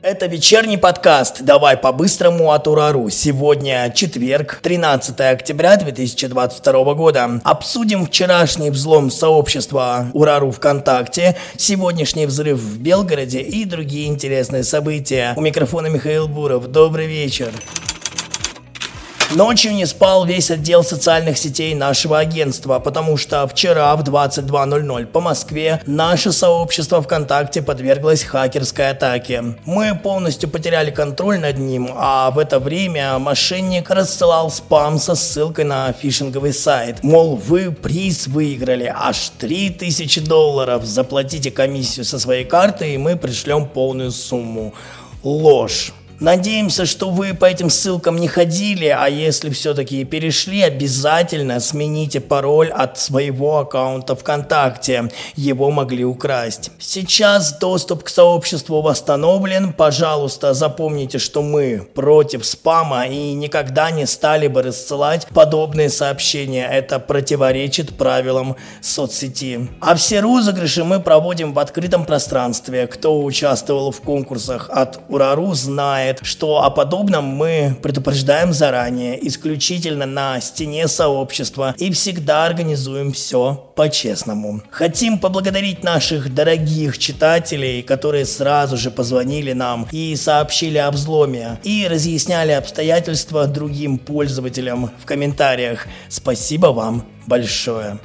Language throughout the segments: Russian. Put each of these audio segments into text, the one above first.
Это вечерний подкаст «Давай по-быстрому» от Урару. Сегодня четверг, 13 октября 2022 года. Обсудим вчерашний взлом сообщества Урару ВКонтакте, сегодняшний взрыв в Белгороде и другие интересные события. У микрофона Михаил Буров. Добрый вечер. Ночью не спал весь отдел социальных сетей нашего агентства, потому что вчера в 22:00 по Москве наше сообщество ВКонтакте подверглось хакерской атаке. Мы полностью потеряли контроль над ним, а в это время мошенник рассылал спам со ссылкой на фишинговый сайт. Мол, вы приз выиграли аж $3000, заплатите комиссию со своей карты и мы пришлем полную сумму. Ложь. Надеемся, что вы по этим ссылкам не ходили, а если все-таки перешли, обязательно смените пароль от своего аккаунта ВКонтакте, его могли украсть. Сейчас доступ к сообществу восстановлен, пожалуйста, запомните, что мы против спама и никогда не стали бы рассылать подобные сообщения, это противоречит правилам соцсети. А все розыгрыши мы проводим в открытом пространстве, кто участвовал в конкурсах от Урару знает, что о подобном мы предупреждаем заранее, исключительно на стене сообщества и всегда организуем все по-честному. Хотим поблагодарить наших дорогих читателей, которые сразу же позвонили нам и сообщили о взломе, и разъясняли обстоятельства другим пользователям в комментариях. Спасибо вам большое.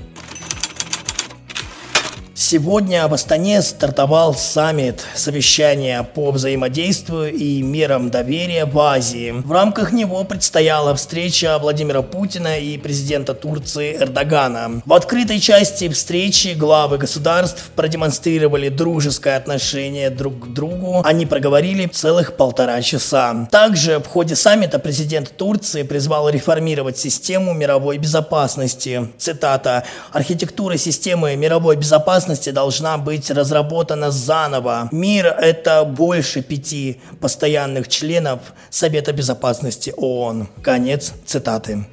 Сегодня в Астане стартовал саммит совещания по взаимодействию и мерам доверия в Азии. В рамках него предстояла встреча Владимира Путина и президента Турции Эрдогана. В открытой части встречи главы государств продемонстрировали дружеское отношение друг к другу. Они проговорили целых 1,5 часа. Также в ходе саммита президент Турции призвал реформировать систему мировой безопасности. Цитата: «Архитектура системы мировой безопасности должна быть разработана заново. Мир – это больше 5 постоянных членов Совета Безопасности ООН». Конец цитаты.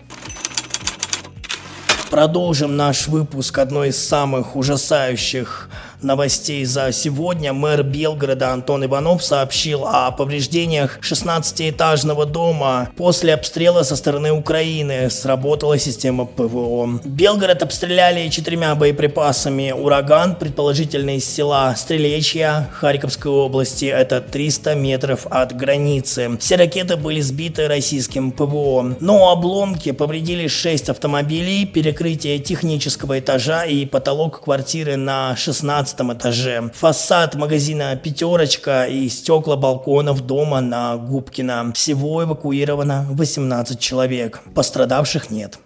Продолжим наш выпуск одной из самых ужасающих новостей за сегодня. Мэр Белгорода Антон Иванов сообщил о повреждениях 16-этажного дома. После обстрела со стороны Украины сработала система ПВО. Белгород обстреляли 4 боеприпасами «Ураган», предположительно из села Стрелечья Харьковской области. Это 300 метров от границы. Все ракеты были сбиты российским ПВО. Но обломки повредили 6 автомобилей, перекрытие технического этажа и потолок квартиры на 16 этаже, фасад магазина «Пятерочка» и стекла балконов дома на Губкина. Всего эвакуировано 18 человек. Пострадавших нет.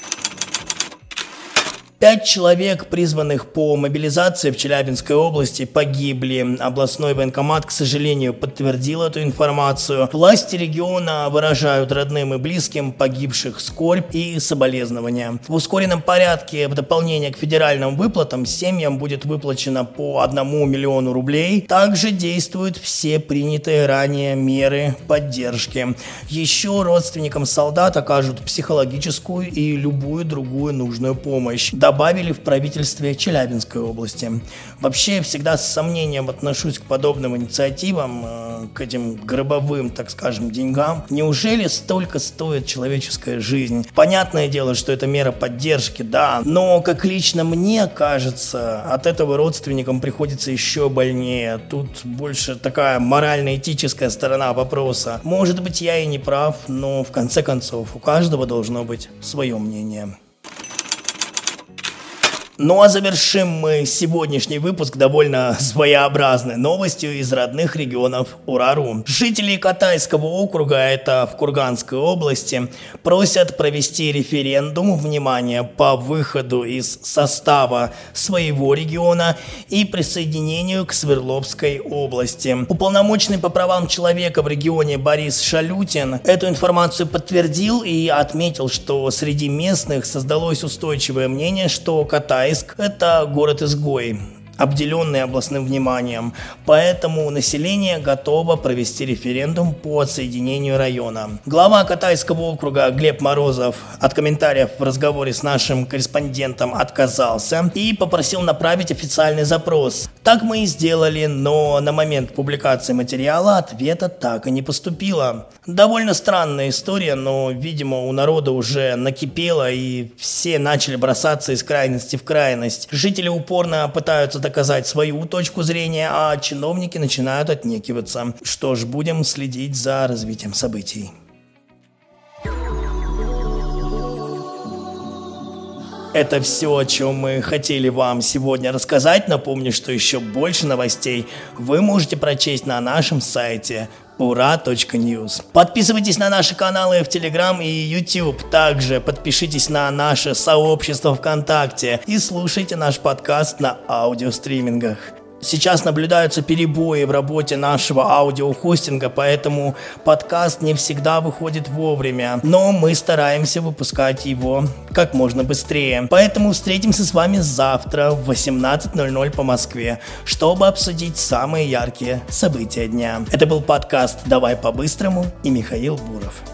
5 человек, призванных по мобилизации в Челябинской области, погибли. Областной военкомат, к сожалению, подтвердил эту информацию. Власти региона выражают родным и близким погибших скорбь и соболезнования. В ускоренном порядке, в дополнение к федеральным выплатам, семьям будет выплачено по 1 миллиону рублей. Также действуют все принятые ранее меры поддержки. Еще родственникам солдат окажут психологическую и любую другую нужную помощь. Добавили в правительстве Челябинской области. Вообще, всегда с сомнением отношусь к подобным инициативам, к этим гробовым, так скажем, деньгам. Неужели столько стоит человеческая жизнь? Понятное дело, что это мера поддержки, да, но, как лично мне кажется, от этого родственникам приходится еще больнее. Тут больше такая морально-этическая сторона вопроса. Может быть, я и не прав, но в конце концов у каждого должно быть свое мнение. Ну а завершим мы сегодняшний выпуск довольно своеобразной новостью из родных регионов Урару. Жители Катайского округа, это в Курганской области, просят провести референдум, внимание, по выходу из состава своего региона и присоединению к Свердловской области. Уполномоченный по правам человека в регионе Борис Шалютин эту информацию подтвердил и отметил, что среди местных создалось устойчивое мнение, что Катайск – это город-изгой. обделенные областным вниманием. Поэтому население готово провести референдум по отсоединению района. Глава Катайского округа Глеб Морозов от комментариев в разговоре с нашим корреспондентом отказался и попросил направить официальный запрос. Так мы и сделали, но на момент публикации материала ответа так и не поступило. Довольно странная история, но, видимо, у народа уже накипело и все начали бросаться из крайности в крайность. Жители упорно пытаются доказать свою точку зрения, а чиновники начинают отнекиваться. Что ж, будем следить за развитием событий. Это все, о чем мы хотели вам сегодня рассказать. Напомню, что еще больше новостей вы можете прочесть на нашем сайте ura.news. Подписывайтесь на наши каналы в Telegram и YouTube. Также подпишитесь на наше сообщество ВКонтакте и слушайте наш подкаст на аудиостримингах. Сейчас наблюдаются перебои в работе нашего аудиохостинга, поэтому подкаст не всегда выходит вовремя, но мы стараемся выпускать его как можно быстрее. Поэтому встретимся с вами завтра в 18:00 по Москве, чтобы обсудить самые яркие события дня. Это был подкаст «Давай по-быстрому» и Михаил Буров.